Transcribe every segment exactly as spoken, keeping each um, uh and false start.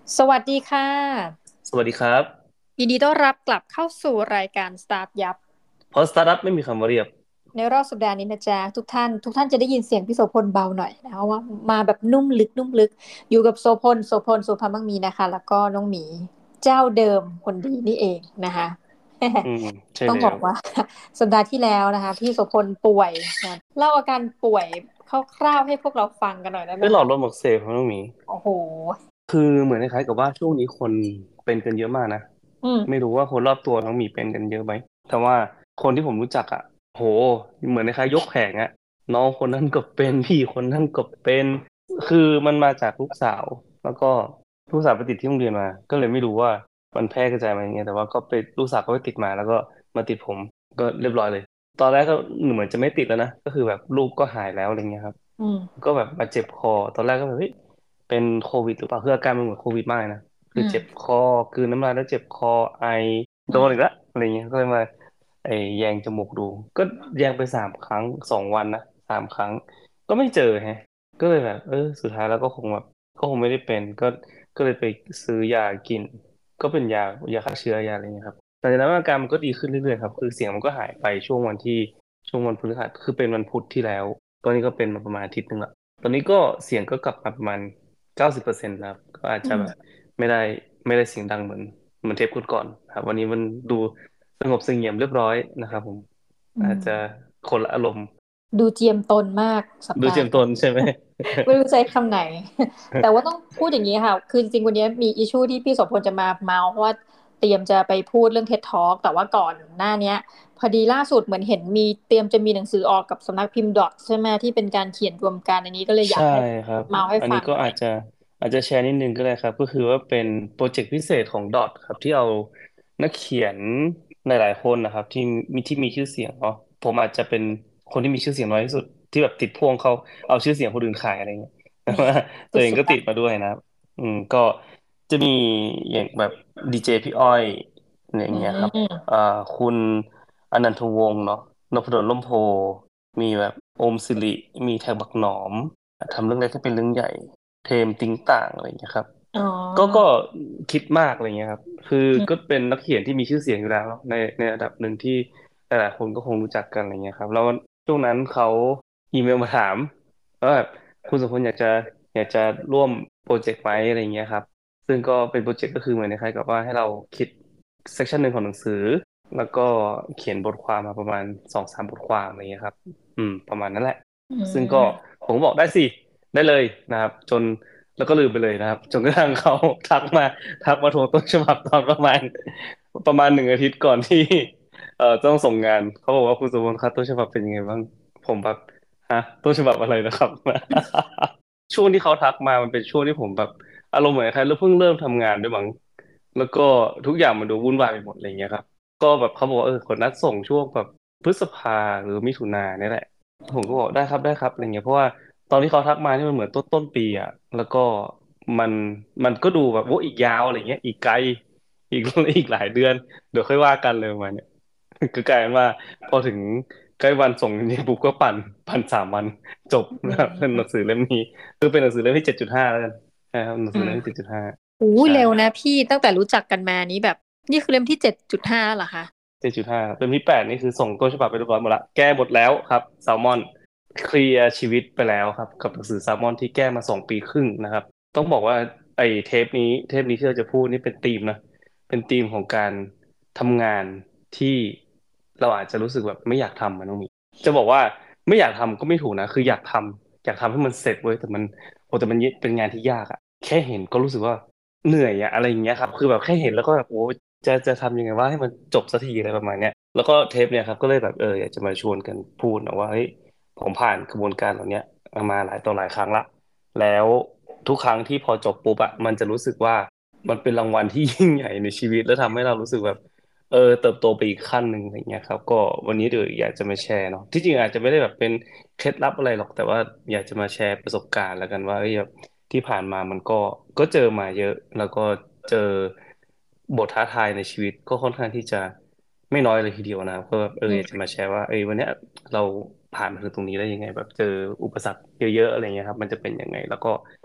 สวัสดีค่ะสวัสดีครับยินดีต้อนรับกลับเข้าสู่รายการสตาร์ทยับเพราะสตาร์ทอัพไม่มีคำว่าเรียบในรอบสัปดาห์นี้นะจ๊ะทุกท่านทุกท่านจะได้ยินเสียงพี่โสพลเบาหน่อยนะคะว่ามาแบบนุ่มลึกนุ่มลึกอยู่กับโสพลโสพลโสภามั่งมีนะคะแล้วก็น้องหมีเจ้าเดิมคนดีนี่เองนะคะอืมใช่ต้องแล้วบอกว่าสัปดาห์ที่แล้วนะคะพี่โสพลป่วยนะเล่าอาการป่วยคร่าวๆให้พวกเราฟังกันหน่อยได้ไหมด้วยหลอคะดลมอักเสบครับน้องหมีโอ้โหคือเหมือนคล้ายๆกับว่าช่วงนี้คนเป็นกันเยอะมากนะอืมไม่รู้ว่าคนรอบตัวน้องหมีเป็นกันเยอะไหมแต่ว่าคนที่ผมรู้จักอ่ะโหเหมือนคล้ายๆยกแผงอ่ะน้องคนนั้นก็เป็นพี่คนนั้นก็เป็นคือมันมาจากลูกสาวแล้วก็ลูกสาวไปติดที่โรงเรียนมาก็เลยไม่รู้ว่ามันแพร่กระจายมาอย่างเงี้ยแต่ว่าก็ไปลูกสาวก็ไปติดมาแล้วก็มาติดผมก็เรียบร้อยเลย ตอนแรกก็เหมือนจะไม่ติดแล้วนะก็คือแบบลูกก็หายแล้วอะไรเงี้ยครับอืมก็แบบมาเจ็บคอตอนแรกก็แบบเฮ้ยเป็นโควิดหรือเปล่าคืออาการมันเหมือนโควิดมากนะคือเจ็บอืมคอกลืนน้ำลายแล้วเจ็บคอไอโดนอีกอืมแล้วอะไรเงี้ยก็เลยมาไอ้แยงจมูกดูก็แยงไปสามครั้งสองวันนะสามครั้งก็ไม่เจอแฮะก็เลยแบบเออสุดท้ายแล้วก็คงแบบก็คงไม่ได้เป็นก็ก็เลยไปซื้อยากินก็เป็นยายาฆ่าเชื้อยาอะไรเงี้ยครับ หลังจากนั้นอาการมันก็ดีขึ้นเรื่อยๆครับคือเสียงมันก็หายไปช่วงวันที่ช่วงวันพฤหัสคือเป็นวันพุธที่แล้วตอนนี้ก็เป็นมาประมาณอาทิตย์หนึ่งละตอนนี้ก็เสียงก็กลับมาประมาณเก้าสิบเปอร์เซ็นต์นะครับก็อาจจะแบบอืมไม่ได้ไม่ได้เสียงดังเหมือนเหมือนเทปก่อนๆครับวันนี้มันดูสงบเสงี่ยมเรียบร้อยนะครับผมอืมอาจจะคนละอารมณ์ดูเจียมตนมากสัปดูเจียมตดาห์นี้นใช่ไหมไม่รู้ใช้คำไหนแต่ว่าต้องพูดอย่างนี้ค่ะคือจริงๆวันนี้มีอิชชูที่พี่โสมพลจะมาเมาเพราะว่าเตรียมจะไปพูดเรื่อง ที อี ดี Talk แต่ว่าก่อนหน้าเนี้ยพอดีล่าสุดเหมือนเห็นมีเตรียมจะมีหนังสือออกกับสำนักพิมพ์ดอทใช่ไหมที่เป็นการเขียนรวมกันอันนี้ก็เลยอยาใช่กให้ครับเมาให้อันนี้ฟังหน่อยก็อาจจะอาจจะแชร์นิดนึงก็ได้ครับก็คือว่าเป็นโปรเจกต์พิเศษของดอทครับที่เอานักเขียนหลายๆคนนะครับที่มีที่มีชื่อเสียงเนาะผมอาจจะเป็นคนที่มีชื่อเสียงน้อยที่สุดที่แบบติดพ่วงเขาเอาชื่อเสียงคนอื่นขายอะไรเงี้ยแต่ว่าตัวเองสุดๆละก็ติดมาด้วยนะครับอืมก็จะมีอย่างแบบดีเจพี่อ้อยอย่างอืเงี้ยครับมอ่าคุณอนันทวงศ์เนาะนพดลล่มโพมีแบบโอมสิริมีแทกบักหนอม ทำเรื่องเล็กให้เป็นเรื่องใหญ่เทมติ้งต่างอะไรอย่างเงี้ยครับอ๋อก็ก็คิดมากอะไรเงี้ยครับคืออืมก็เป็นนักเขียนที่มีชื่อเสียงอยู่แล้วในในระดับหนึ่งที่หลายๆคนก็คงรู้จักกันอะไรเงี้ยครับแล้วช่วงนั้นเขาอีเมลมาถามว่าแบบคุณสมพลอยากจะอยากจะร่วมโปรเจกต์ไหมอะไรเงี้ยครับซึ่งก็เป็นโปรเจกต์ก็คือเหมือนคล้ายๆกับว่าให้เราคิดเซกชันหนึ่งของหนังสือแล้วก็เขียนบทความมาประมาณสองสามบทความอะไรเงี้ยครับอืมประมาณนั้นแหละอืซึ่งก็มผมก็บอกได้สิได้เลยนะครับจนแล้วก็ลืมไปเลยนะครับจนกระทั่งเขาทักมาทักมาทวงต้นฉบับตอนประมาณประมาณหนึ่งอาทิตย์ก่อนที่เอ่อต้องส่งงานเขาบอกว่าคุณสมบูรณ์ครับต้นฉบับเป็นยังไงบ้างผมแบบฮะต้นฉบับอะไรนะครับช่วงที่เขาทักมามันเป็นช่วงที่ผมแบบอารมณ์เหมือนใครเริ่มเพิ่งเริ่มทำงานด้วยมั้งแล้วก็ทุกอย่างมันดูวุ่นวายไปหมดอะไรเงี้ยครับก็แบบเขาบอกว่าเออคนนัดส่งช่วงแบบพฤษภาหรือมิถุนาเนี่ยแหละ ผมก็บอกได้ครับได้ครับอะไรเงี้ยเพราะว่าตอนที่เขาทักมานี่มันเหมือนต้นต้นปีอ่ะแล้วก็มันมันก็ดูแบบโอ้อีกยาวอะไรเงี้ยอีกไกลอีกอีกหลายเดือนเดี๋ยวค่อยว่ากันเลยประมาณเนี้ยก็กลายเป็นว่าพอถึงใกล้วันส่งจริงๆปุ๊บก็ปั่นปั่นสามวันจบอืนะครับเป็นหนังสือมเล่มนี้คือเป็นหนังสือเล่มที่เจ็ดจุดห้าแล้วกันนะครับหนังสือเล่มที่อืมเจ็ดจุดห้าอู้ใช่เร็วนะพี่ตั้งแต่รู้จักกันมานี้แบบนี่คือเล่มที่เจ็ดจุดห้าแล้วเหรอคะเจ็ดจุดห้าเล่มที่แปดนี่คือส่งต้นฉบับไปเรียบร้อยหมดละแก้หมดแล้วครับแซลมอน เคลียร์ชีวิตไปแล้วครับกับหนังสือแซลมอนที่แก้มาสองปีครึ่งนะครับต้องบอกว่าไอ้เทปนี้เทปนี้ที่เราจะพูดนี่เป็นธีมนะเป็นธีมของการทำงานที่เราอาจจะรู้สึกแบบไม่อยากทำมันต้องมีจะบอกว่าไม่อยากทำก็ไม่ถูกนะคืออยากทำอยากทำให้มันเสร็จเว้ยแต่มันโอ้แต่มันเป็นงานที่ยากอะแค่เห็นก็รู้สึกว่าเหนื่อยอะอะไรอย่างเงี้ยครับคือแบบแค่เห็นแล้วก็แบบโอ้จะจะทำยังไงว่าให้มันจบสักทีอะไรประมาณเนี้ยแล้วก็เทปเนี่ยครับก็เลยแบบเอออยากจะมาชวนกันพูดนะว่าเฮ้ย ผมผ่านกระบวนการเหล่าเนี้ยมาหลายต่อหลายครั้งละแล้วทุกครั้งที่พอจบปุ๊บอะมันจะรู้สึกว่ามันเป็นรางวัลที่ยิ่งใหญ่ในชีวิตแล้วทำให้เรารู้สึกแบบเออเติบโตไปอีกขั้นหนึ่งอะไรเงี้ยครับก็วันนี้เดี๋ยวอยากจะมาแชร์เนาะที่จริงอาจจะไม่ได้แบบเป็นเคล็ดลับอะไรหรอกแต่ว่าอยากจะมาแชร์ประสบการณ์แล้วกันว่าเอ้ยแบบที่ผ่านมามันก็ก็เจอมาเยอะแล้วก็เจอบทท้าทายในชีวิตก็ค่อนข้างที่จะไม่น้อยเลยทีเดียวนะครับก็แบบเอออยากจะอืมมาแชร์ว่าเออวันเนี้ย เราผ่านมาถึงตรงนี้ได้ยังไงแบบเจออุปสรรคเยอะๆอะไรเงี้ยครับมันจะเป็นยังไงแล้วก็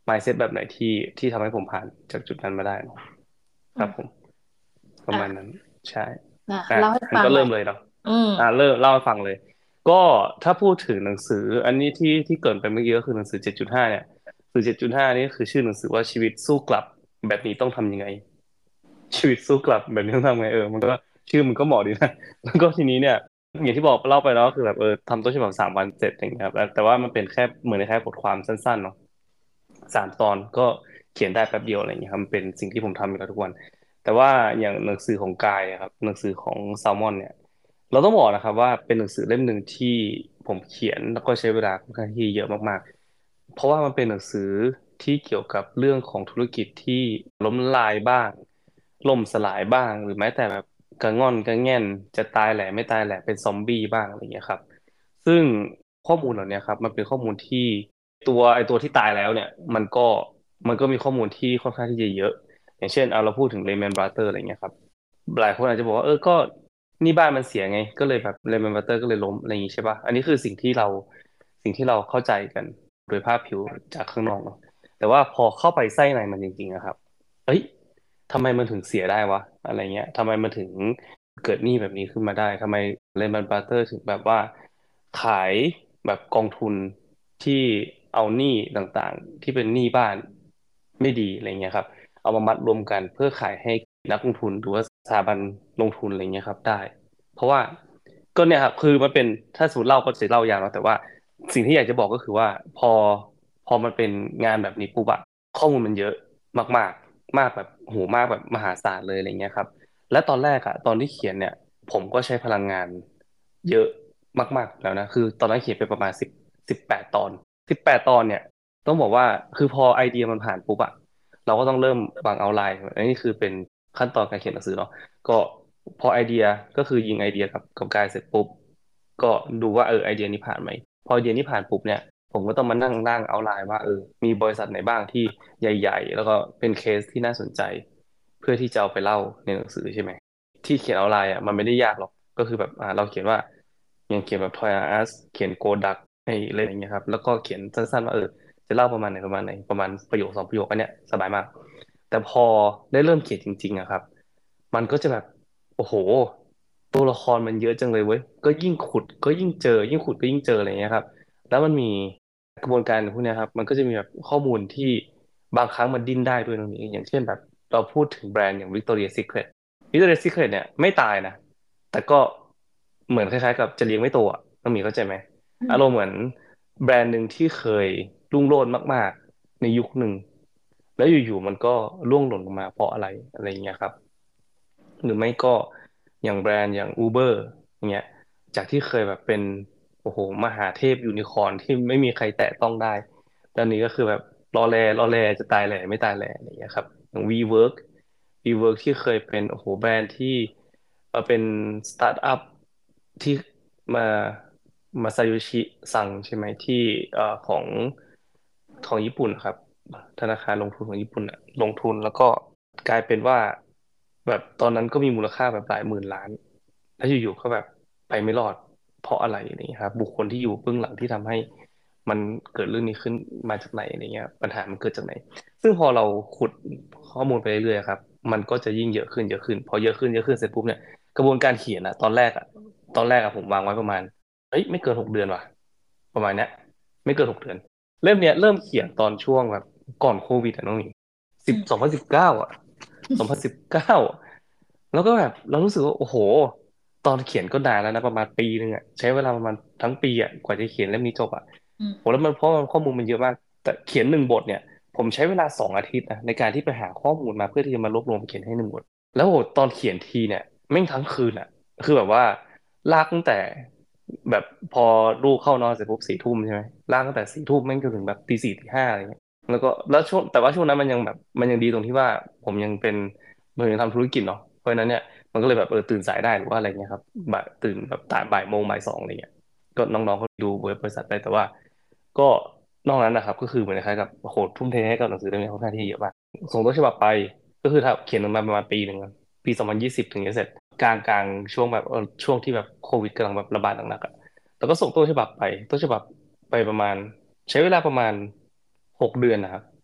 mindset แบบไหนที่ที่ทำให้ผมผ่านจากจุดนั้นมาได้เนอะคอืมรับผมประอ่ะมาณนั้นใช่นะอ่ะเล่าให้มันก็ฟังหน่อยเริ่มเลยเนาะอืมอ่ะเริ่มเล่าให้ฟังเลยก็ถ้าพูดถึงหนังสืออันนี้ที่ที่เกรินไปเมื่อกี้ก็คือหนังสือเจ็ดจุดห้าเนี่ยหนังสือเจ็ดจุดห้านี่คือชื่อหนังสือว่าชีวิตสู้กลับแบบนี้ต้องทำยังไง ชีวิตสู้กลับแบบนี้ต้องทำไงเออมันก็ชื่อมันก็เหมาะดีนะแล้วก็ทีนี้เนี่ยอย่างที่บอกเล่าไปแล้วก็คือแบบเออทำต้นฉบับสามวันเสร็จอย่างเงี้ยครับแต่แต่ว่ามันเป็นแค่เหมือนแค่บทความสั้นๆเนาะสามตอนก็เขียนได้แป๊บเดียวอะไรอย่างเงี้ยครับมันเป็นสิ่งที่ผมทำอยู่แล้วทุกวันแต่ว่าอย่างหนังสือของกายอะครับหนังสือของแซลมอนเนี่ยเราต้องบอกนะครับว่าเป็นหนังสือเล่มหนึ่งที่ผมเขียนแล้วก็ใช้เวลาค่อนข้างที่เยอะมากๆเพราะว่ามันเป็นหนังสือที่เกี่ยวกับเรื่องของธุรกิจที่ล้มละลายบ้าง ล่มสลายบ้างหรือแม้แต่แบบกระง่อนกระแง่นจะตายแหล่ไม่ตายแหล่เป็นซอมบี้บ้างอะไรอย่างเงี้ยครับซึ่งข้อมูลเหล่านี้ครับมันเป็นข้อมูลที่ตัวไอตัวที่ตายแล้วเนี่ยมันก็มันก็มีข้อมูลที่ค่อนข้างที่จะเยอะอย่างเช่นเอาเราพูดถึง Lehman Brothers อะไรเงี้ยครับหลายคนอาจจะบอกว่าเออก็นี่บ้านมันเสียไงก็เลยแบบ Lehman Brothers ก็เลยล้มอะไรอย่างงี้ใช่ป่ะอันนี้คือสิ่งที่เราสิ่งที่เราเข้าใจกันโดยภาพผิวจากข้างนอกเนาะแต่ว่าพอเข้าไปไส้ในมันจริงๆนะครับเอ้ย ทำไมมันถึงเสียได้วะอะไรเงี้ยทำไมมันถึงเกิดหนี้แบบนี้ขึ้นมาได้ทำไมเลมันบราเตอร์ถึงแบบว่าขายแบบกองทุนที่เอาหนี้ต่างๆที่เป็นหนี้บ้านไม่ดีอะไรเงี้ยครับเอามามัดรวมกันเพื่อขายให้นักลงทุนหรือว่าสถาบันลงทุนอะไรเงี้ยครับได้เพราะว่าก็เนี่ยครับคือมันเป็นถ้าสมมติเล่าก็จะเล่ายาวเนาะแต่ว่าสิ่งที่อยากจะบอกก็คือว่าพอพอมันเป็นงานแบบนี้ปุ๊บอะข้อมูลมันเยอะ มากๆมากแบบโหมากแบบมหาศาลเลยอะไรเงี้ยครับและตอนแรกอะตอนที่เขียนเนี่ยผมก็ใช้พลังงานเยอะมากๆแล้วนะคือตอนนั้นเขียนไปประมาณสิบสิบแปดตอนสิบแปดตอนเนี่ยต้องบอกว่าคือพอไอเดียมันผ่านปุ๊บอะเราก็ต้องเริ่มวางเอาไลน์อันนี้คือเป็นขั้นตอนการเขียนหนังสือเนาะก็พอไอเดียก็คือยิงไอเดียกับกับกายเสร็จปุ๊บก็ดูว่าเออไอเดียนี้ผ่านไหมพอไอเดียนี้ผ่านปุ๊บเนี่ย ผมก็ต้องมานั่งร่างเอาไลน์ว่าเออมีบริษัทไหนบ้างที่ใหญ่ๆแล้วก็เป็นเคสที่น่าสนใจเพื่อที่จะเอาไปเล่าในหนังสือใช่ไหมที่เขียนเอาไลน์อ่ะมันไม่ได้ยากหรอกก็คือแบบอ่าเราเขียนว่าอย่างเขียนแบบทอยอาร์สเขียนโกดักไอ้อะไรอย่างเงี้ยครับแล้วก็เขียนสั้นๆว่าเออจะเล่าประมาณไหนประมาณไหนประมาณประโยคสองประโยคอันเนี้ยสบายมากแต่พอได้เริ่มเขียนจริงๆอะครับมันก็จะแบบโอ้โหตัวละครมันเยอะจังเลยเว้ยก็ยิ่งขุดก็ยิ่งเจอยิ่งขุดก็ยิ่งเจออะไรเงี้ยครับ แล้วมันมีกระบวนการพวกเนี้ยครับมันก็จะมีแบบข้อมูลที่บางครั้งมันดิ้นได้ด้วยตรงนี้อย่างเช่นแบบเราพูดถึงแบรนด์อย่าง Victoria's Secret Victoria's Secret เนี่ยไม่ตายนะแต่ก็เหมือนคล้ายๆกับจะเลี้ยงไม่โตอ่ะต้องมีเข้าใจไหมอืมอารมณ์เหมือนแบรนด์หนึ่งที่เคยรุ่งโรจน์มากๆในยุคหนึ่งแล้วอยู่ๆมันก็ร่วงหล่นลงมาเพราะอะไรอะไรอย่างเงี้ยครับ หรือไม่ก็อย่างแบรนด์อย่าง Uber อย่างเงี้ยจากที่เคยแบบเป็นโอ้โหมหาเทพยูนิคอร์นที่ไม่มีใครแตะต้องได้ตอนนี้ก็คือแบบรอแลรอแลจะตายแหล่ไม่ตายแหล่อะไรอย่างเงี้ยครับอย่าง WeWork WeWork ที่เคยเป็นโอ้โหแบรนด์ที่เออเป็นสตาร์ทอัพที่มามาซาโยชิซังใช่ไหมที่เอ่อของของญี่ปุ่นครับ ธนาคารลงทุนของญี่ปุ่นอะลงทุนแล้วก็กลายเป็นว่าแบบตอนนั้นก็มีมูลค่าแบบหลายหมื่นล้านแล้วอยู่ๆก็แบบไปไม่รอดเพราะอะไรอะไรเงี้ยครับบุคคลที่อยู่เบื้องหลังที่ทำให้มันเกิดเรื่องนี้ขึ้นมาจากไหนอะไรเงี้ยปัญหามันเกิดจากไหนซึ่งพอเราขุดข้อมูลไปเรื่อยๆครับมันก็จะยิ่งเยอะขึ้นเยอะขึ้นพอเยอะขึ้นเยอะขึ้นเสร็จปุ๊บเนี่ยกระบวนการเขียนอะตอนแรกอะตอนแรกอะผมวางไว้ประมาณเฮ้ยไม่เกินหกเดือนว่ะประมาณเนี้ยไม่เกินหกเดือน เล่มเนี้ยเริ่มเขียนตอนช่วงแบบก่อนโควิดอ่ะน้องหนิงสิบสองอืมพันสิบเก้าอ่ะสองพันสิบเก้าแล้วก็แบบเรารู้สึกว่าโอ้โหตอนเขียนก็นานแล้วนะประมาณปีหนึ่งอ่ะใช้เวลาประมาณทั้งปีอ่ะกว่าจะเขียนเล่มนี้จบอ่ะอืมโหแล้วมันเพราะมันข้อมูลมันเยอะมากแต่เขียนหนึ่งบทเนี่ยผมใช้เวลาสองอาทิตย์นะในการที่ไปหาข้อมูลมาเพื่อที่จะมารวบรวมเขียนให้หนึ่งบทแล้วโหตอนเขียนทีเนี่ยแม่งทั้งคืนอ่ะคือแบบว่าลากตั้งแต่แบบพอลูกเข้านอนเสร็จปุ๊บสี่ทุ่มใช่ไหมลากตั้งแต่สี่ทุ่มแม่งจนถึงแบบตีสี่ตีห้าอะไรเงี้ย แล้วก็แล้วช่วงแต่ว่าช่วงนั้นมันยังแบบมันยังดีตรงที่ว่าผมยังเป็นผมยังทำธุรกิจเนาะเพราะฉะนั้นเนี่ยมันก็เลยแบบเออตื่นสายได้หรือว่าอะไรเงี้ยครับบ่ายตื่นแบบบ่ายบ่ายโมงบ่ายสองอะไรเงี้ยก็น้องๆเขาดูเว็บบริษัทได้แต่ว่าก็นอกนั้นนะครับก็คือเหมือนคล้ายๆกับโอ้โหทุ่มเทให้กับหนังสือเล่มนี้ค่อนข้างที่เยอะมากส่งต้นฉบับไปก็คือถ้าเขียนมันมาประมาณปีหนึ่งอะปีสองพันยี่สิบถึงจะเสร็จกลางกลางช่วงแบบเออช่วงที่แบบโควิดกำลังแบบระบาดหนักๆอะแล้วก็ส่งต้นฉบับไปต้นฉบับไปประมาณใช้เวลาประมาณหกเดือนนะครับ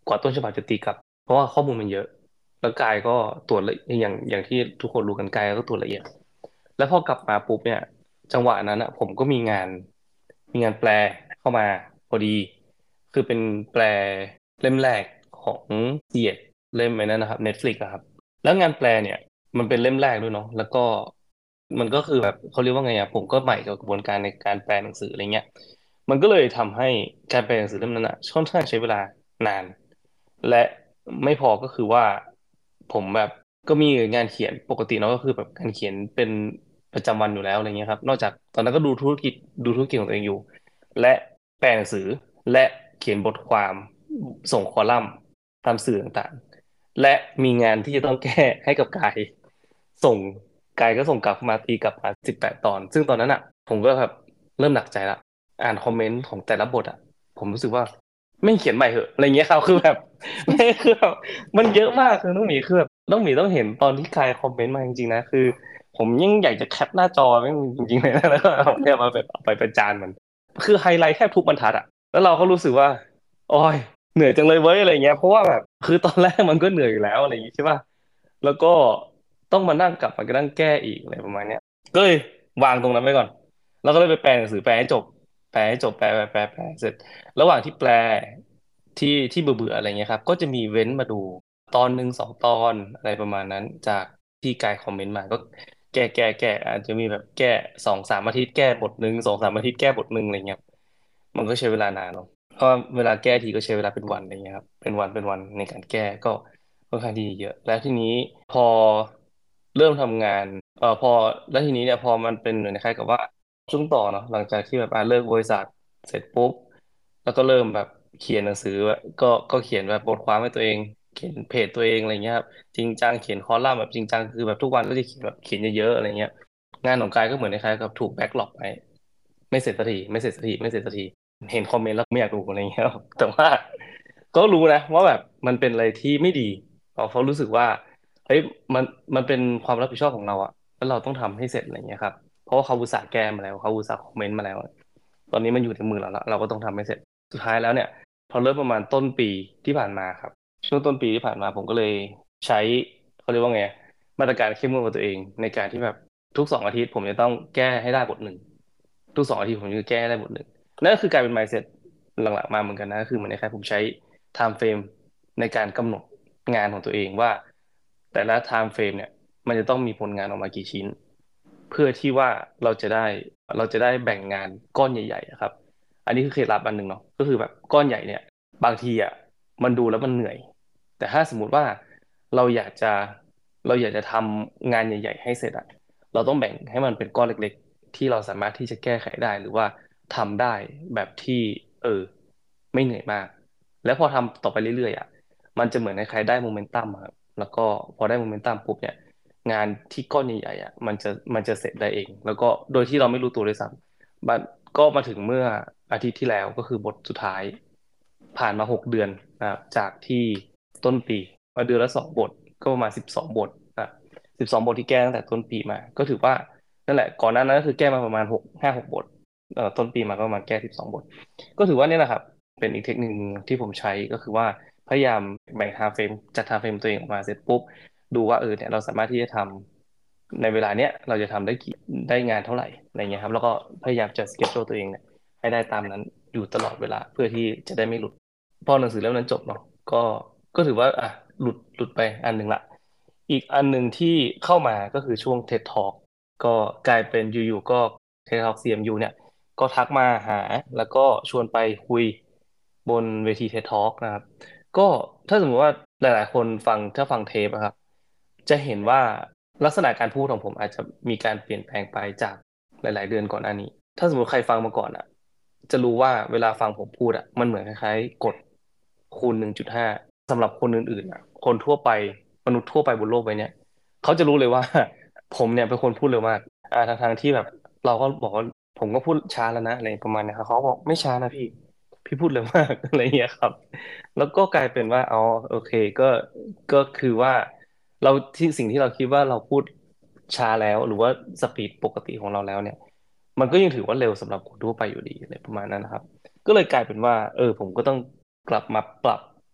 กว่าต้นฉบับจะตีกลับเพราะว่าข้อมูลมันเยอะแล้วกายก็ตรวจละอย่างอย่างที่ทุกคนรู้กันกายก็ตรวจละเอียดแล้วพอกลับมาปุ๊บเนี่ยจังหวะนั้นอ่ะผมก็มีงานมีงานแปลเข้ามาพอดีคือเป็นแปลเล่มแรกของเซียดเล่มไอ้นั้นนะครับ Netflix อะครับแล้วงานแปลเนี่ยมันเป็นเล่มแรกด้วยเนาะแล้วก็มันก็คือแบบเขาเรียกว่าไงอะผมก็ใหม่กับกระบวนการในการแปลหนังสืออะไรเงี้ยมันก็เลยทำให้การแปลหนังสือเล่มนั้นอะค่อนข้างใช้เวลานาน และไม่พอก็คือว่าผมแบบก็มีงานเขียนปกติเนาะก็คือแบบการเขียนเป็นประจำวันอยู่แล้วอะไรเงี้ยครับนอกจากตอนนั้นก็ดูธุรกิจดูธุรกิจของตัวเองอยู่และแปลหนังสือและเขียนบทความส่งคอลัมน์ตามสื่อต่างๆและมีงานที่จะต้องแก้ให้กับกายส่งกายก็ส่งกลับมาตีกลับมาสิบแปดตอนซึ่งตอนนั้นอ่ะผมก็แบบเริ่มหนักใจละอ่านคอมเมนต์ของแต่ละบทอ่ะผมรู้สึกว่า ไม่เขียนใหม่เหอะอะไรเงี้ยครับคือแบบไม่คือแบบมันเยอะมากคือน้องหมีคือแบบน้องหมีต้องเห็นตอนที่ใครคอมเมนต์มาจริงๆนะคือผมยังอยากจะแคปหน้าจอแม่งจริงๆเลยนะแล้วก็เอาเนี่ยมาแบบเอาไปประจานมันคือไฮไลท์แทบทุกบรรทัดอะแล้วเราก็รู้สึกว่าโอ้ยเหนื่อยจังเลยเว้ยอะไรเงี้ยเพราะว่าแบบคือตอนแรกมันก็เหนื่อยอยู่แล้วอะไรอย่างงี้ใช่ป่ะแล้วก็ต้องมานั่งกลับมานั่งแก้อีกอะไรประมาณเนี้ยก็เลยวางตรงนั้นไว้ก่อนแล้วก็เลยไปแปลหนังสือแปลให้จบแปลให้จบแปลแปลแปลแปลเสร็จ ระหว่างที่แปลที่ที่เบื่อๆอะไรเงี้ยครับก็จะมีเว้นมาดูตอนหนึ่งสองตอนอะไรประมาณนั้นจากที่กายคอมเมนต์มาก็แก้แก้แก้อาจจะมีแบบแก้สองสามอาทิตย์แก้บทหนึ่งสองสามอาทิตย์แก้บทหนึ่งอะไรเงี้ยมันก็ใช้เวลานานเนาะเพราะเวลาแก้ทีก็ใช้เวลาเป็นวันอะไรเงี้ยครับเป็นวันเป็นวันในการแก้ก็ค่อนข้างที่จะเยอะแล้วทีนี้พอเริ่มทำงานเอ่อพอแล้วทีนี้เนี่ยพอมันเป็นเหมือนคล้ายๆกับว่าช่วงต่อเนาะหลังจากที่แบบอ่าเลิกบริษัทเสร็จปุ๊บ แล้วก็เริ่มแบบเขียนหนังสือแบบก็ก็เขียนแบบบทความให้ตัวเองเขียนเพจตัวเองอะไรเงี้ยครับจริงจังเขียนคอลัมน์แบบจริงจังคือแบบทุกวันก็จะเขียนแบบเขียนเยอะๆอะไรเงี้ยงานของกายก็เหมือนคล้ายๆกับถูกแบ็กหลอกไปไม่เสร็จสักทีไม่เสร็จสักทีไม่เสร็จสักทีเห็นคอมเมนต์แล้วไม่อยากดูอะไรเงี้ยครับแต่ว่าก็รู้นะว่าแบบมันเป็นอะไรที่ไม่ดีเพราะเขารู้สึกว่าเฮ้ยมันมันเป็นความรับผิดชอบของเราอะแล้วเราต้องทำให้เสร็จอะไรเงี้ยครับเพราะว่าเขาอุตส่าห์แก้มาแล้วเขาอุตส่าห์คอมเมนต์มาแล้วตอนนี้มันอยู่ในมือเราแล้วเราก็ต้องทำให้เสร็จ สุดท้ายแล้วเนี่ยพอเริ่มประมาณต้นปีที่ผ่านมาครับช่วงต้นปีที่ผ่านมาผมก็เลยใช้เขาเรียกว่าไงมาตรการเข้มงวดกับตัวเองในการที่แบบทุกสองอาทิตย์ผมจะต้องแก้ให้ได้บทหนึ่งทุกสองอาทิตย์ผมจะแก้ให้ได้บทหนึ่งนั่นก็คือกลายเป็น mindset หลังๆมาเหมือนกันนะคือเหมือนในใครผมใช้ time frame ในการกำหนดงานของตัวเองว่าแต่ละ time frame เนี่ยมันจะต้องมีผลงานออกมากี่ชิ้นเพื่อที่ว่าเราจะได้เราจะได้แบ่งงานก้อนใหญ่ๆอะครับ อันนี้คือเคล็ดลับอันหนึ่งเนาะก็คือแบบก้อนใหญ่เนี่ยบางทีอ่ะมันดูแล้วมันเหนื่อยแต่ถ้าสมมุติว่าเราอยากจะเราอยากจะทำงานใหญ่ๆให้เสร็จอ่ะเราต้องแบ่งให้มันเป็นก้อนเล็กๆที่เราสามารถที่จะแก้ไขได้หรือว่าทำได้แบบที่เออไม่เหนื่อยมากแล้วพอทำต่อไปเรื่อยๆอ่ะมันจะเหมือนคล้ายๆได้โมเมนตัมครับแล้วก็พอได้โมเมนตัมปุ๊บเนี่ยงานที่ก้อนใหญ่ๆอ่ะมันจะมันจะเสร็จได้เองแล้วก็โดยที่เราไม่รู้ตัวด้วยซ้ำ บัดก็มาถึงเมื่ออาทิตย์ที่แล้วก็คือบทสุดท้ายผ่านมาหกเดือนนะครับจากที่ต้นปีมาเดือนละสองบทก็ประมาณสิบสองบทนะสิบสองบทที่แก้ตั้งแต่ต้นปีมาก็ถือว่านั่นแหละก่อนหน้านั้นก็คือแก้มาประมาณหกห้าหกบทเอ่อต้นปีมาก็ประมาณแก้สิบสองบทก็ถือว่าเนี่ยนะครับเป็นอีกเทคนิคหนึ่งที่ผมใช้ก็คือว่าพยายามแบ่งไทม์เฟรมจัดไทม์เฟรมตัวเองออกมาเสร็จปุ๊บดูว่าเออเนี่ยเราสามารถที่จะทำในเวลาเนี้ยเราจะทำได้กี่ได้งานเท่าไหร่อะไรเงี้ยครับแล้วก็พยายามจะสเกจ u ตัวเองเนี่ยให้ได้ตามนั้นอยู่ตลอดเวลาเพื่อที่จะได้ไม่หลุดพอหนังสือเล่มนั้นจบเนาะก็ก็ถือว่าอ่ะหลุดหลุดไปอันหนึ่งละอีกอันหนึ่งที่เข้ามาก็คือช่วง TED Talk ก็กลายเป็นอยู่ๆก็ TED Talk ซี เอ็ม ยู เนี่ยก็ทักมาหาแล้วก็ชวนไปคุยบนเวที TED Talk นะครับ ก็ถ้าสมมติว่าหลายๆคนฟังถ้าฟังเทปอะครับจะเห็นว่าลักษณะการพูดของผมอาจจะมีการเปลี่ยนแปลงไปจากหลายๆเดือนก่อนหน้านี้ถ้าสมมติใครฟังมาก่อนอะจะรู้ว่าเวลาฟังผมพูดอะมันเหมือนคล้ายๆกดคูณหนึ่งจุดห้าสำหรับคนอื่นๆอะคนทั่วไปมนุษย์ทั่วไปบนโลกใบเนี้ยเขาจะรู้เลยว่าผมเนี่ยเป็นคนพูดเร็วมากอ่าทางทางที่แบบเราก็บอกว่าผมก็พูดช้าแล้วนะอะไรประมาณเนี้ยครับเขาบอกไม่ช้านะพี่พี่พูดเร็วมากอะไรเงี้ยครับ แล้วก็กลายเป็นว่าอ๋อโอเคก็ก็คือว่าเราที่สิ่งที่เราคิดว่าเราพูดช้าแล้วหรือว่าสปีดปกติของเราแล้วเนี่ยมันก็ยังถือว่าเร็วสำหรับคนทั่วไปอยู่ดีอะไรประมาณนั้นนะครับก็เลยกลายเป็นว่าเออผมก็ต้องกลับมาปรับ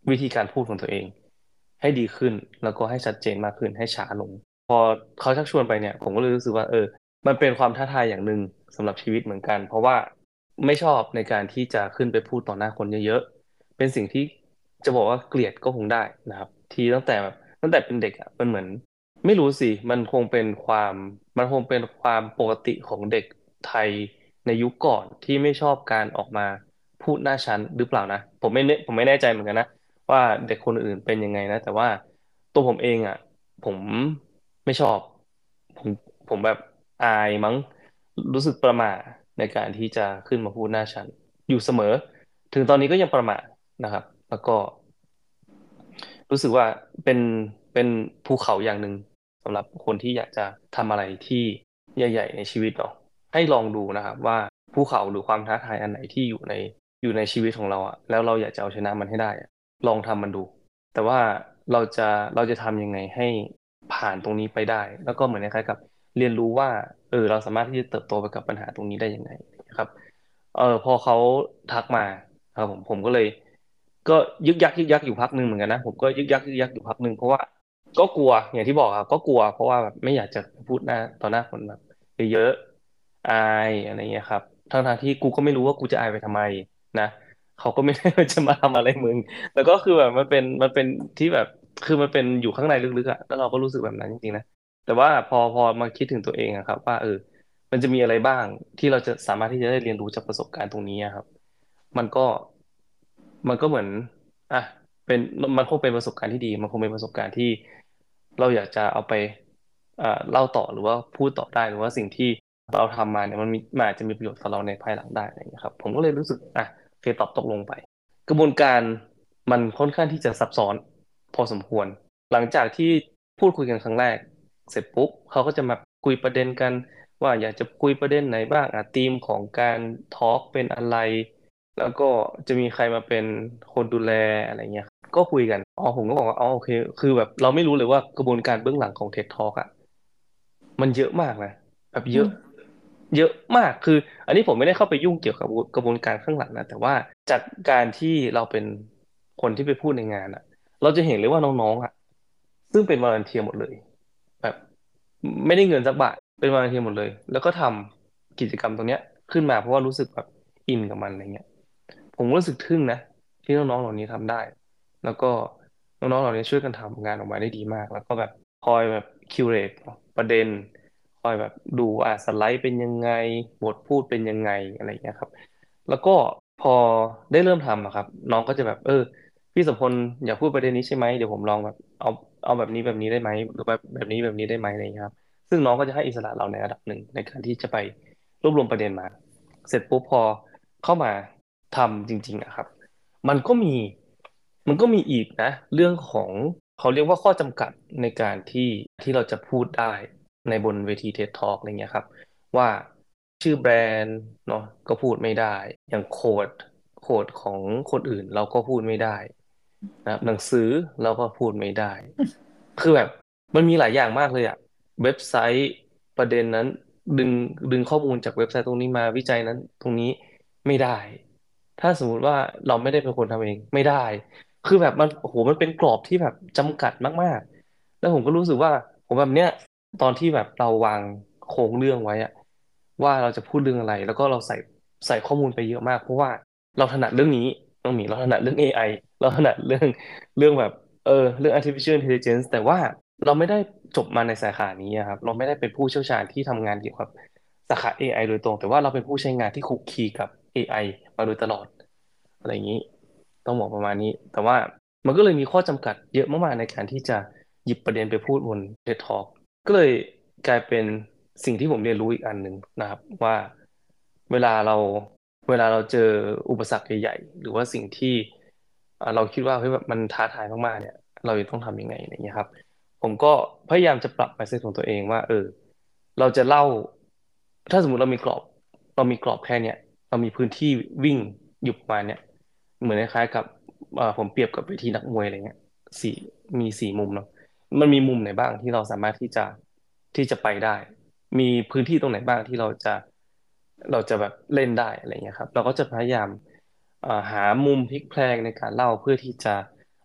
วิธีการพูดของตัวเองให้ดีขึ้นแล้วก็ให้ชัดเจนมากขึ้นให้ช้าลงพอเขาชักชวนไปเนี่ยผมก็เลยรู้สึกว่าเออมันเป็นความท้าทายอย่างหนึ่งสำหรับชีวิตเหมือนกันเพราะว่าไม่ชอบในการที่จะขึ้นไปพูดต่อหน้าคนเยอะๆเป็นสิ่งที่จะบอกว่าเกลียดก็คงได้นะครับที่ตั้งแต่แบบตั้งแต่เป็นเด็กอ่ะมันเหมือนไม่รู้สิมันคงเป็นความมันคงเป็นความปกติของเด็กไทยในยุคก่อนที่ไม่ชอบการออกมาพูดหน้าชั้นหรือเปล่านะผมไม่แน่ผมไม่แน่ใจเหมือนกันนะ ว่าเด็กคนอื่นเป็นยังไงนะแต่ว่าตัวผมเองอ่ะผมไม่ชอบผมผมแบบอายมั้งรู้สึกประหม่าในการที่จะขึ้นมาพูดหน้าชั้นอยู่เสมอถึงตอนนี้ก็ยังประหม่านะครับแล้วก็รู้สึกว่าเป็นเป็นภูเขาอย่างหนึ่งสำหรับคนที่อยากจะทำอะไรที่ใหญ่ๆในชีวิตเนาะให้ลองดูนะครับว่าภูเขาหรือความท้าทายอันไหนที่อยู่ในอยู่ในชีวิตของเราอะแล้วเราอยากจะเอาชนะมันให้ได้อะ ลองทำมันดู แต่ว่าเราจะเราจะทำยังไงให้ผ่านตรงนี้ไปได้ แล้วก็เหมือนคล้ายๆกับเรียนรู้ว่าเออเราสามารถที่จะเติบโตไปกับปัญหาตรงนี้ได้ยังไงนะครับเออพอเขาทักมาครับผมผมก็เลยก็ยึกยักยึกยักอยู่พักหนึ่งเหมือนกันนะผมก็ยึกยักยึกยักอยู่พักหนึ่งเพราะว่าก็กลัวอย่างที่บอกครับก็กลัวเพราะว่าแบบไม่อยากจะพูดหน้าต่อหน้าคนแบบเยอะๆอายอะไรเงี้ยครับทั้งๆที่กูก็ไม่รู้ว่ากูจะอายไปทำไมนะเขาก็ไม่ได้จะมาทำอะไรมึง แล้วก็คือแบบมันเป็นมันเป็นที่แบบคือมันเป็นอยู่ข้างในลึกๆอะแล้วเราก็รู้สึกแบบนั้นจริงๆนะแต่ว่าพอพอมาคิดถึงตัวเองอะครับว่าเออมันจะมีอะไรบ้างที่เราจะสามารถที่จะได้เรียนรู้จากประสบการณ์ตรงนี้อะครับมันก็มันก็เหมือนอ่ะเป็นมันคงเป็นประสบการณ์ที่ดีมันคงเป็นประสบการณ์ที่เราอยากจะเอาไปเอ่อเล่าต่อหรือว่าพูดต่อได้หรือว่าสิ่งที่เราทำมาเนี่ยมันมีมันอาจจะมีประโยชน์ต่อเราในภายหลังได้อะไรอย่างเงี้ยครับผมก็เลยรู้สึกอ่ะโอเคตอบตกลงไป กระบวนการมันค่อนข้างที่จะซับซ้อนพอสมควรหลังจากที่พูดคุยกันครั้งแรกเสร็จปุ๊บเขาก็จะมาคุยประเด็นกันว่าอยากจะคุยประเด็นไหนบ้างอ่ะธีมของการทอล์กเป็นอะไรแล้วก็จะมีใครมาเป็นคนดูแลอะไรเงี้ยก็คุยกันอ๋อผมก็บอกว่าอ๋อโอเคคือแบบเราไม่รู้เลยว่ากระบวนการเบื้องหลังของ ที อี ดี Talk อ่ะ มันเยอะมากนะแบบเยอะอืมเยอะมากคืออันนี้ผมไม่ได้เข้าไปยุ่งเกี่ยวกับกระบวนการข้างหลังนะแต่ว่าจากการที่เราเป็นคนที่ไปพูดในงานอ่ะเราจะเห็นเลยว่าน้องๆอ่ะซึ่งเป็นวอลันเทียร์หมดเลยแบบไม่ได้เงินสักบาทเป็นวอลันเทียร์หมดเลยแล้วก็ทำกิจกรรมตรงเนี้ยขึ้นมาเพราะว่ารู้สึกแบบอินกับมันอะไรเงี้ยผมรู้สึกทึ่งนะที่น้องๆเหล่านี้ทำได้แล้วก็น้องๆเหล่านี้ช่วยกันทำงานออกมาได้ดีมากแล้วก็แบบคอยแบบคิวเรตประเด็น คอยแบบดูอ่าสไลด์เป็นยังไงบทพูดเป็นยังไงอะไรอย่างเงี้ยครับแล้วก็พอได้เริ่มทำอะครับน้องก็จะแบบเออพี่สมพลอยากพูดประเด็นนี้ใช่ไหมเดี๋ยวผมลองแบบเอาเอาแบบนี้แบบนี้ได้ไหมหรือแบบแบบนี้แบบนี้ได้ไหมอะไรอย่างเงี้ยครับซึ่งน้องก็จะให้อิสระเราในระดับหนึ่งในการที่จะไปรวบรวมประเด็นมาเสร็จปุ๊บพอเข้ามาทำจริงๆอะครับมันก็มีมันก็มีอีกนะเรื่องของเขาเรียกว่าข้อจำกัดในการที่ที่เราจะพูดได้ ในบนเวที ที อี ดี Talk อะไรเงี้ยครับว่าชื่อแบรนด์เนาะก็พูดไม่ได้อย่างโค้ดโค้ดของคนอื่นเราก็พูดไม่ได้นะครับหนังสือเราก็พูดไม่ได้คือแบบมันมีหลายอย่างมากเลยอะเว็บไซต์ประเด็นนั้นดึงดึงข้อมูลจากเว็บไซต์ตรงนี้มาวิจัยนั้นตรงนี้ไม่ได้ถ้าสมมุติว่าเราไม่ได้เป็นคนทำเองไม่ได้คือแบบมันโอ้โหมันเป็นกรอบที่แบบจำกัดมากๆแล้วผมก็รู้สึกว่าผมแบบเนี้ย ตอนที่แบบเราวางโครงเรื่องไว้อะว่าเราจะพูดเรื่องอะไรแล้วก็เราใส่ใส่ข้อมูลไปเยอะมากเพราะว่าเราถนัดเรื่องนี้น้องหมีเราถนัดเรื่อง เอ ไอ เราถนัดเรื่องเรื่องแบบเออเรื่อง artificial intelligence แต่ว่าเราไม่ได้จบมาในสาขานี้อะครับเราไม่ได้เป็นผู้เชี่ยวชาญที่ทำงานเกี่ยวกับสาขา เอ ไอ โดยตรงแต่ว่าเราเป็นผู้ใช้งานที่คุกคีกับ เอ ไอ มาโดยตลอดอะไรอย่างนี้ต้องบอกประมาณนี้แต่ว่ามันก็เลยมีข้อจำกัดเยอะมากๆในการที่จะหยิบประเด็นไปพูดบน ที อี ดี Talk ก็เลยกลายเป็นสิ่งที่ผมเรียนรู้อีกอันหนึ่งนะครับว่าเวลาเราเวลาเราเจออุปสรรคใหญ่ๆหรือว่าสิ่งที่อ่าเราคิดว่าเฮ้ยแบบมันท้าทายมากๆเนี่ยเราจะต้องทำยังไงอะไรเงี้ยครับผมก็พยายามจะปรับ mindset ของตัวเองว่าเออเราจะเล่าถ้าสมมติเรามีกรอบเรามีกรอบแค่เนี้ยเรามีพื้นที่วิ่งอยู่ประมาณเนี้ยเหมือนคล้ายๆกับเอ่อผมเปรียบกับเวทีนักมวยอะไรเงี้ยสี่มีสี่มุมเนาะ มันมีมุมไหนบ้างที่เราสามารถที่จะที่จะไปได้ มีพื้นที่ตรงไหนบ้างที่เราจะเราจะแบบเล่นได้อะไรเงี้ยครับเราก็จะพยายามเอ่อหามุมพลิกแพลงในการเล่าเพื่อที่จะ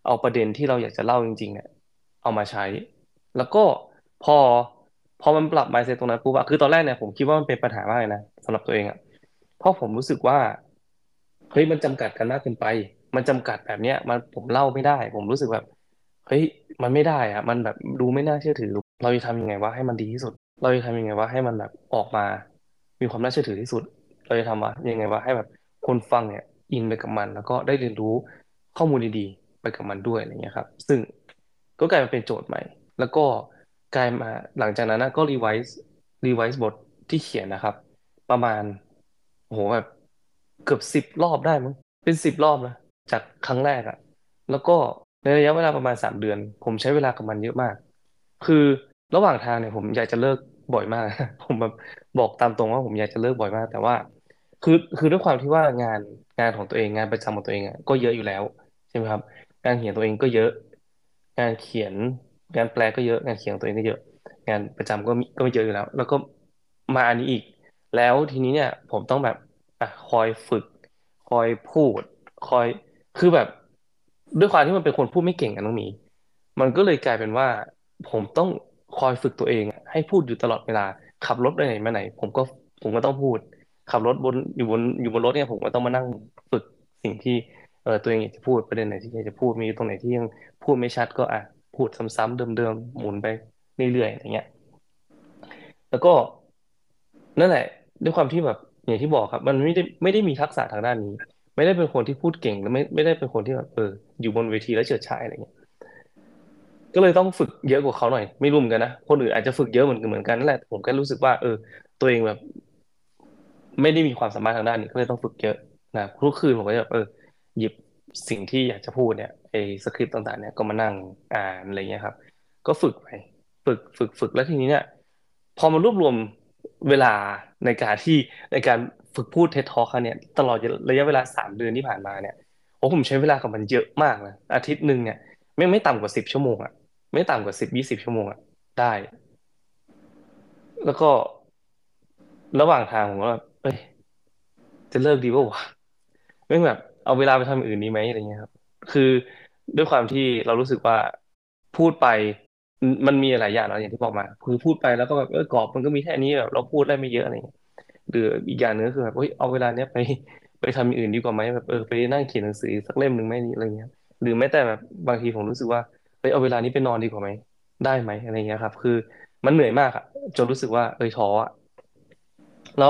เอาประเด็นที่เราอยากจะเล่าจริงๆเนี่ยเอามาใช้แล้วก็พอพอมันปรับ mindset ตรงนั้นปุ๊บอะคือตอนแรกเนี่ยผมคิดว่ามันเป็นปัญหามากเลยนะสำหรับตัวเองอะเพราะผมรู้สึกว่าเฮ้ยมันจำกัดกันมากเกินไปมันจำกัดแบบเนี้ยมันผมเล่าไม่ได้ผมรู้สึกแบบเฮ้ยมันไม่ได้อะมันแบบดูไม่น่าเชื่อถือเราจะทำยังไงวะให้มันดีที่สุดเราจะทำยังไงวะให้มันแบบออกมามีความน่าเชื่อถือที่สุดเราจะทำวะยังไงวะให้แบบคนฟังเนี่ยอินไปกับมันแล้วก็ได้เรียนรู้ข้อมูลดีๆไปกับมันด้วยอะไรเงี้ยครับซึ่งก็กลายมาเป็นโจทย์ใหม่แล้วก็กลายมาหลังจากนั้นนะก็รีไวซ์รีไวซ์บทที่เขียนนะครับประมาณโอ้โหแบบเกือบสิบรอบได้มั้งเป็นสิบรอบนะจากครั้งแรกอะแล้วก็ในระยะเวลาประมาณสามเดือนผมใช้เวลากับมันเยอะมากคือระหว่างทางเนี่ยผมอยากจะเลิกบ่อยมากผมแบบบอกตามตรงว่าผมอยากจะเลิกบ่อยมากแต่ว่าคือคือด้วยความที่ว่างานงานของตัวเองงานประจำของตัวเองอะก็เยอะอยู่แล้วใช่ไหมครับงานเขียนตัวเองก็เยอะงานเขียนงานแปลก็เยอะงานเขียนของตัวเองก็เยอะ งานประจำก็มีก็ไม่เยอะอยู่แล้วแล้วก็มาอันนี้อีกแล้วทีนี้เนี่ยผมต้องแบบอ่ะคอยฝึกคอยพูดคอยคือแบบด้วยความที่มันเป็นคนพูดไม่เก่งกันน้องหมีมันก็เลยกลายเป็นว่าผมต้องคอยฝึกตัวเองอะให้พูดอยู่ตลอดเวลาขับรถไปไหนมาไหนผมก็ผมก็ต้องพูดขับรถบนอยู่บนอยู่บนรถเนี่ยผมก็ต้องมานั่งฝึกสิ่งที่เออตัวเองอยากจะพูดประเด็นไหนที่อยากจะพูดมีตรงไหนที่ยังพูดไม่ชัดก็อ่ะพูดซ้ำๆเดิมๆหมุนไป เรื่อยๆอะไรเงี้ยแล้วก็นั่นแหละด้วยความที่แบบอย่างที่บอกครับมันไม่ได้ไม่ได้มีทักษะทางด้านนี้ไม่ได้เป็นคนที่พูดเก่งแล้วไม่ไม่ได้เป็นคนที่แบบเอออยู่บนเวทีแล้วเฉิดฉายอะไรเงี้ยก็เลยต้องฝึกเยอะกว่าเขาหน่อยไม่รู้เหมือนกันนะคนอื่นอาจจะฝึกเยอะเหมือนกันเหมือนกันนั่นแหละผมก็รู้สึกว่าเออตัวเองแบบไม่ได้มีความสามารถทางด้านนี้ก็เลยต้องฝึกเยอะนะทุกคืนผมก็จะแบบเออหยิบสิ่งที่อยากจะพูดเนี่ยไอ้สคริปต์ต่างๆเนี่ยก็มานั่งอ่านอะไรเงี้ยครับก็ฝึกไป ฝึกฝึกฝึกแล้วทีนี้เนี่ยพอมารวบรวมเวลาในการที่ในการฝึกพูดเท็ดทอ l k ครั้งเนี่ยตลอดระยะเวลาสามเดือนที่ผ่านมาเนี่ยโอ้ผมใช้เวลากับมันเยอะมากนะอาทิตย์หนึ่งเนี่ยไม่ไม่ต่ำกว่าสิบชั่วโมงอ่ะไม่ต่ำกว่าสิบยี่สิบชั่วโมงอ่ะได้แล้วก็ระหว่างทางผมก็แบบเอ้ยจะเลิกดีป่าววะ ไม่แบบเอาเวลาไปทำอย่างอื่นดีไหมอะไรเงี้ยครับคือด้วยความที่เรารู้สึกว่าพูดไปมมันมีหลายอย่างเนาะอย่างที่บอกมาคือพูดไปแล้วก็แบบเออกรอบมันก็มีแค่นี้แบบเราพูดได้ไม่เยอะอะไรเงี้ยหรืออีกอย่างหนึงก็คือแบบเฮ้ยเอาเวลาเนี้ยไปไปทำอย่างอื่นดีกว่าไหมแบบเออไปนั่งเขียนหนังสือสักเล่มหนึ่งไหมอะไรเงี้ยหรือแม้แต่แบบบางทีผมรู้สึกว่าเฮ้ยเอาเวลานี้ไปนอนดีกว่าไหมได้ไหมอะไรเงี้ยครับคือมันเหนื่อยมากอะจนรู้สึกว่าเออท้ออะ แล้ว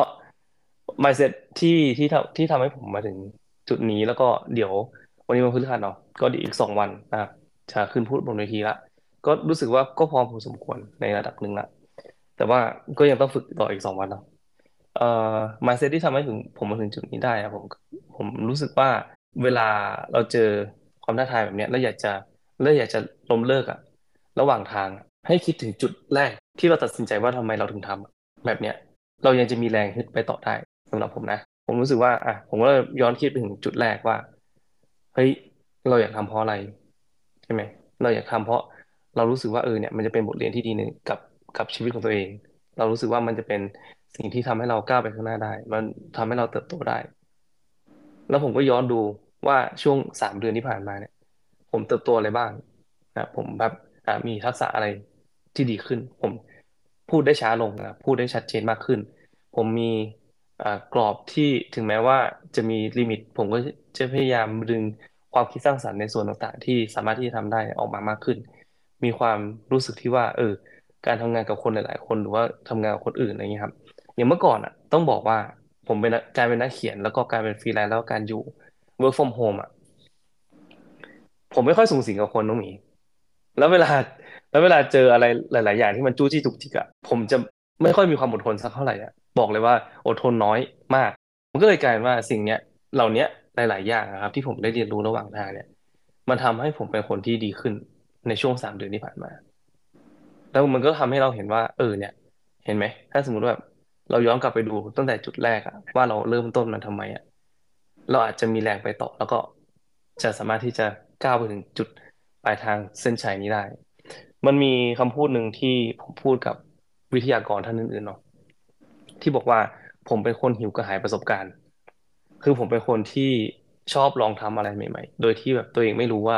mindset ที่ที่ทำที่ทำให้ผมมาถึงจุดนี้แล้วก็เดี๋ยววันนี้วันพฤหัสเนาะก็เดี๋ยวอีกสองวันนะครับจะขึ้นพูดบนเวทีละก็รู้สึกว่าก็พร้อมพอสมควรในระดับหนึ่งละแต่ว่าก็ยังต้องฝึกต่ออีกสองวันเนาะเอ่อ mindset ที่ทำให้ถึงผมมาถึงจุดนี้ได้อะผมผมรู้สึกว่าเวลาเราเจอความท้าทายแบบเนี้ยแล้วอยากจะแล้วอยากจะล้มเลิกอะระหว่างทางอะให้คิดถึงจุดแรกที่เราตัดสินใจว่าทำไมเราถึงทำแบบเนี้ย เรายังจะมีแรงฮึดไปต่อได้สำหรับผมนะผมรู้สึกว่าอ่ะผมก็ย้อนคิดไปถึงจุดแรกว่าเฮ้ยเราอยากทำเพราะอะไรใช่ไหมเราอยากทำเพราะเรารู้สึกว่าเออเนี่ยมันจะเป็นบทเรียนที่ดีหนึ่งกับกับชีวิตของตัวเองเรารู้สึกว่ามันจะเป็นสิ่งที่ทำให้เราก้าวไปข้างหน้าได้มันทำให้เราเติบโตได้ แล้วผมก็ย้อนดูว่าช่วงสามเดือนที่ผ่านมาเนี่ยผมเติบโตอะไรบ้างนะผมแบบอ่ะมีทักษะอะไรที่ดีขึ้นผมพูดได้ช้าลงนะพูดได้ชัดเจนมากขึ้นผมมีอ่ากรอบที่ถึงแม้ว่าจะมีลิมิตผมก็จะพยายามดึงความคิดสร้างสรรค์ในส่วนต่างๆที่สามารถที่จะทำได้ออกมามากขึ้นมีความรู้สึกที่ว่าเออการทำงานกับคนหลายๆคนหรือว่าทำงานกับคนอื่นอะไรเงี้ยครับ อย่างเมื่อก่อนอ่ะต้องบอกว่าผมเป็นนักการเป็นนักเขียนแล้วก็การเป็นฟรีแลนซ์แล้วก็การอยู่ work from home อ่ะผมไม่ค่อยสุงสิงกับคนน้องหมีแล้วเวลาแล้วเวลาเจออะไรหลายๆอย่างที่มันจู้จี้จุกจิกอ่ะผมจะไม่ค่อยมีความอดทนสักเท่าไหร่อ่ะบอกเลยว่าอดทนน้อยมากมันก็เลยกลายเป็นว่าสิ่งเนี้ยเหล่าเนี้ยหลายๆอย่างนะครับที่ผมได้เรียนรู้ระหว่างทางเนี่ยมันทำให้ผมเป็นคนที่ดีขึ้นในช่วงสามเดือนที่ผ่านมา แล้วมันก็ทำให้เราเห็นว่าเออเนี่ยเห็นไหมถ้าสมมติว่าแบบเราย้อนกลับไปดูตั้งแต่จุดแรกอะว่าเราเริ่มต้นมันทำไมอะเราอาจจะมีแรงไปต่อแล้วก็จะสามารถที่จะก้าวไปถึงจุดปลายทางเส้นชัยนี้ได้มันมีคำพูดหนึ่งที่ผมพูดกับวิทยากรท่านอื่นๆเนาะที่บอกว่าผมเป็นคนหิวกระหายประสบการณ์คือผมเป็นคนที่ชอบลองทำอะไรใหม่ๆโดยที่แบบตัวเองไม่รู้ว่า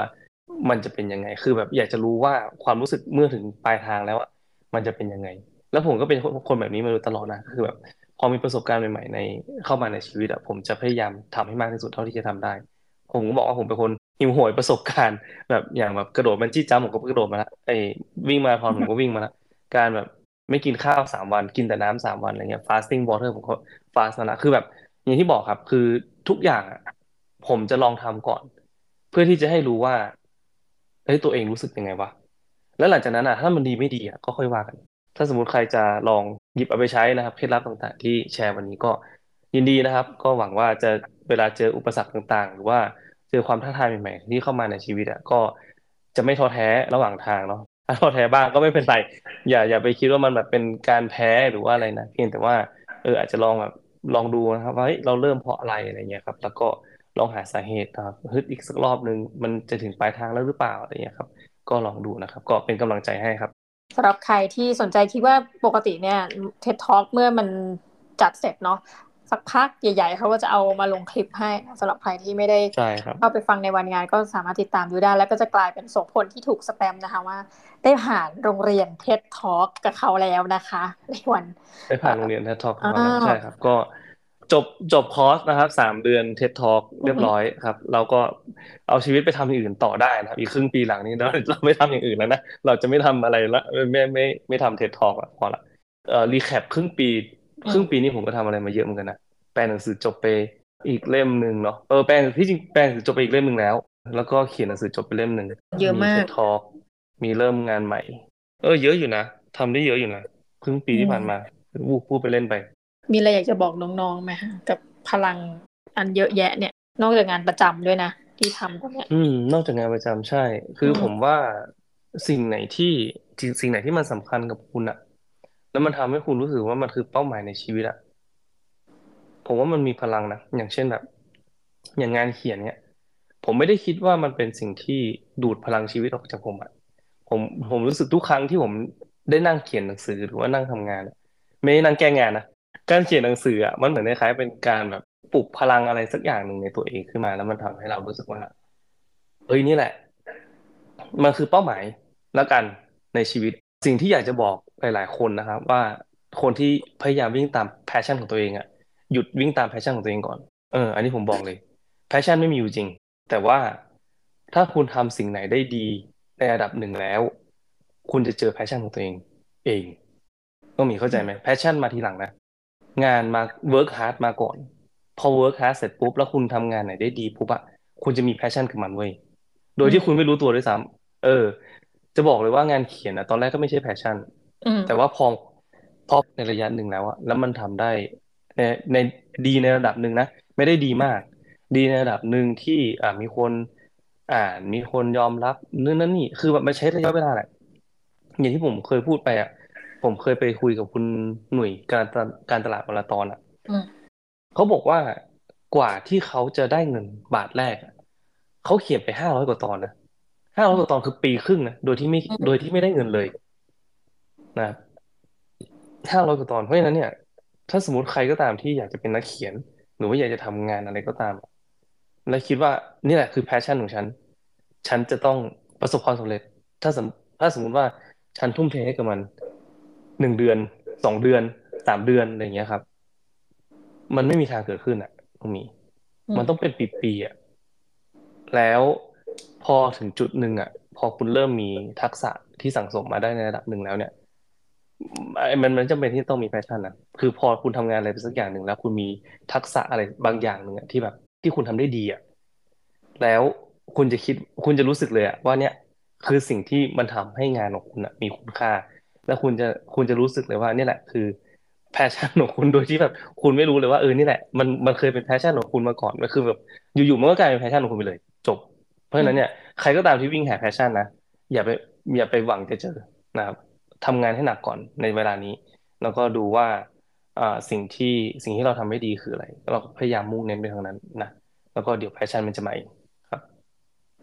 มันจะเป็นยังไงคือแบบอยากจะรู้ว่าความรู้สึกเมื่อถึงปลายทางแล้วอ่ะมันจะเป็นยังไงแล้วผมก็เป็นคนคนแบบนี้มาโดยตลอดนะคือแบบพอมีประสบการณ์ใหม่ๆในเข้ามาในชีวิตอะผมจะพยายามทำให้มากที่สุดเท่าที่จะทำได้ผมก็บอกว่าผมเป็นคนหิวโหยประสบการณ์แบบอย่างแบบกระโดดบันจี้จัมป์ผมก็กระโดดมาละไอ้วิ่งมาราธอนผมก็วิ่งมาละการแบบไม่กินข้าวสามวันกินแต่น้ำสามวันอะไรเงี้ย fasting water ผมก็ฟาสมาละคือแบบอย่างที่บอกครับคือทุกอย่างอะผมจะลองทำก่อนเพื่อที่จะให้รู้ว่าเฮ้ยตัวเองรู้สึกยังไงวะแล้วหลังจากนั้นอ่ะถ้ามันดีไม่ดีอ่ะก็ค่อยว่ากันถ้าสมมติใครจะลองหยิบเอาไปใช้นะครับเคล็ดลับต่างๆที่แชร์วันนี้ก็ยินดีนะครับก็หวังว่าจะเวลาเจออุปสรรคต่างๆหรือว่าเจอความท้าทายใหม่ๆที่เข้ามาในชีวิตอ่ะก็จะไม่ท้อแท้ระหว่างทางเนาะถ้าท้อแท้บ้างก็ไม่เป็นไรอย่าอย่าไปคิดว่ามันแบบเป็นการแพ้หรือว่าอะไรนะเพียงแต่ว่าเอออาจจะลองแบบลองดูนะครับว่าเฮ้ยเราเริ่มเพราะอะไรอะไรเงี้ยครับแล้วก็ลองหาสาเหตุนะครับฮึดอีกสักรอบนึงมันจะถึงปลายทางแล้วหรือเปล่าอะไรเงี้ยครับก็ลองดูนะครับก็เป็นกำลังใจให้ครับสำหรับใครที่สนใจคิดว่าปกติเนี่ย เท็ด ทอล์ก เมื่อมันจัดเสร็จเนาะสักพักใหญ่ๆเขาก็จะเอามาลงคลิปให้สำหรับใครที่ไม่ได้ใช่ครับเข้าไปฟังในวันงานก็สามารถติดตามดูได้แล้วก็จะกลายเป็นโสพลที่ถูกสแปมนะคะว่าได้ผ่านโรงเรียน เท็ด ทอล์ก กับเขาแล้วนะคะในวันได้เอ่อผ่านโรงเรียน TED Talk อ้ามาแล้ววใช่ครับก็จบจบคอร์สนะครับสามเดือน TED Talk เรียบร้อยครับเราก็เอาชีวิตไปทำอย่างอื่นต่อได้นะครับอีกครึ่งปีหลังนี้เราเราไม่ทำอย่างอื่นแล้วนะเราจะไม่ทำอะไรละไม่ไม่ไม่ไม่ทำ TED Talk ละพอละเอ่อรีแคปครึ่งปีอืมครึ่งปีนี้ผมก็ทำอะไรมาเยอะเหมือนกันนะแปลหนังสือจบไปอีกเล่มหนึ่งเนาะเออแปลที่จริงแปลหนังสือจบไปอีกเล่มหนึ่งแล้วแล้วก็เขียนหนังสือจบไปเล่มหนึ่งมีเยอะมาก TED Talk มีเริ่มงานใหม่เออเยอะอยู่นะทำได้เยอะอยู่นะครึ่งปีอืที่ผ่านมามวูพูดไปเล่นไปมีอะไรอยากจะบอกน้องๆไหมคะกับพลังอันเยอะแยะเนี่ยนอกจากงานประจำด้วยนะที่ทำตรงเนี้ยอืมนอกจากงานประจำใช่คืออืมผมว่าสิ่งไหนที่สิ่งสิ่งไหนที่มันสำคัญกับคุณอะแล้วมันทำให้คุณรู้สึกว่ามันคือเป้าหมายในชีวิตอะผมว่ามันมีพลังนะอย่างเช่นแบบอย่างงานเขียนเนี่ยผมไม่ได้คิดว่ามันเป็นสิ่งที่ดูดพลังชีวิตออกจากผมอะผมผมรู้สึกทุกครั้งที่ผมได้นั่งเขียนหนังสือหรือว่านั่งทำงานอะไม่ได้นั่งแก้งานนะการเขียนหนังสืออะมันเหมือนคล้ายๆเป็นการแบบปลุกพลังอะไรสักอย่างหนึ่งในตัวเองขึ้นมาแล้วมันทำให้เรารู้สึกว่า เอ้ยนี่แหละมันคือเป้าหมายแล้วกันในชีวิตสิ่งที่อยากจะบอกหลายๆคนนะครับว่าคนที่พยายามวิ่งตามแพชชั่นของตัวเองอ่ะหยุดวิ่งตามแพชชั่นของตัวเองก่อนเอออันนี้ผมบอกเลยแพชชั่นไม่มีอยู่จริงแต่ว่าถ้าคุณทำสิ่งไหนได้ดีในระดับหนึ่งแล้วคุณจะเจอแพชชั่นของตัวเองเองต้องมีเข้าใจไหมแพชชั่นมาทีหลังนะงานมาเวิร์กฮาร์ดมาก่อนพอเวิร์กฮาร์ดเสร็จปุ๊บแล้วคุณทำงานไหนได้ดีปุ๊บอะคุณจะมีแพชชั่นกับมันเว้ย โดยที่คุณอืมไม่รู้ตัวด้วยซ้ำเออจะบอกเลยว่างานเขียนนะตอนแรกก็ไม่ใช่แพชชั่นอืมแต่ว่าพอพอในระยะหนึ่งแล้วอะแล้วมันทำได้ในในดีในระดับหนึ่งนะไม่ได้ดีมากดีในระดับหนึ่งที่อ่ามีคนอ่านมีคนยอมรับนู่นนั่นนี่คือแบบมันใช้ระยะเวลาแหละอย่างที่ผมเคยพูดไปอะผมเคยไปคุยกับคุณหนุ่ยการตการตลาดมาราธอนอะอืมเขาบอกว่ากว่าที่เขาจะได้เงินบาทแรกอะเขาเขียนไปห้าร้อยกว่าตอนนะห้าร้อยกว่าตอนคือปีครึ่งนะโดยที่ไม่อืมโดยที่ไม่ได้เงินเลยนะครับห้าร้อยกว่าตอนเพราะฉะนั้นเนี่ยถ้าสมมติใครก็ตามที่อยากจะเป็นนักเขียนหรือว่าอยากจะทำงานอะไรก็ตามและคิดว่านี่แหละคือแพชชั่นของฉันฉันจะต้องประสบความสำเร็จถ้าสมถ้าสมมติว่าฉันทุ่มเทให้กับมันหนึ่งเดือนสองเดือนสามเดือนอะไรอย่างเงี้ยครับ มันไม่มีทางเกิดขึ้นอ่ะตรงนี้อืมมันต้องเป็นปีๆอ่ะแล้วพอถึงจุดหนึ่งอ่ะพอคุณเริ่มมีทักษะที่สั่งสมมาได้ในระดับหนึ่งแล้วเนี่ยไอ้มันมันจำเป็นที่ต้องมีแพชชั่นนะคือพอคุณทำงานอะไรไปสักอย่างหนึ่งแล้วคุณมีทักษะอะไรบางอย่างหนึ่งอะที่แบบที่คุณทำได้ดีอ่ะแล้วคุณจะคิดคุณจะรู้สึกเลยอ่ะว่าเนี่ยคือสิ่งที่มันทำให้งานของคุณอ่ะมีคุณค่า แล้วคุณจะคุณจะรู้สึกเลยว่านี่แหละคือแพชชั่นของคุณโดยที่แบบคุณไม่รู้เลยว่าเออนี่แหละมันมันเคยเป็นแพชชั่นของคุณมาก่อนมันคือแบบอยู่ๆมันก็กลายเป็นแพชชั่นของคุณไปเลยจบเพราะฉะนั้นเนี่ยอืมใครก็ตามที่วิ่งหาแพชชั่นนะอย่าไปอย่าไปหวังจะเจอนะครับทำงานให้หนักก่อนในเวลานี้แล้วก็ดูว่าอ่าสิ่งที่สิ่งที่เราทำไม่ดีคืออะไรแล้วเราพยายามมุ่งเน้นไปทางนั้นนะแล้วก็เดี๋ยวแพชชั่นมันจะมาเองครับ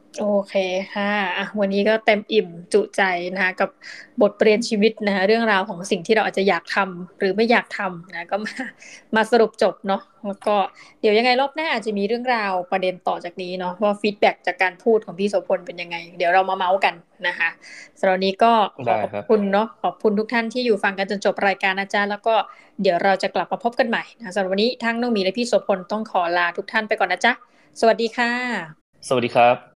โอเคค่ะอ่ะวันนี้ก็เต็มอิ่มจุใจนะคะกับบทเรียนชีวิตนะคะเรื่องราวของสิ่งที่เราอาจจะอยากทำหรือไม่อยากทำนะก็มามาสรุปจบเนาะแล้วก็เดี๋ยวยังไงรอบหน้าอาจจะมีเรื่องราวประเด็นต่อจากนี้เนาะว่าฟีดแบ็กจากการพูดของพี่โสพลเป็นยังไงเดี๋ยวเรามาเมาส์กันนะคะสำหรับวันนี้ก็ขอขอบได้ครับคุณเนาะขอบคุณทุกท่านที่อยู่ฟังกันจนจบรายการนะจ๊ะแล้วก็เดี๋ยวเราจะกลับมาพบกันใหม่นะสำหรับวันนี้ทั้งน้องหมีและพี่โสพลต้องขอลาทุกท่านไปก่อนนะจ๊ะสวัสดีค่ะสวัสดีครับ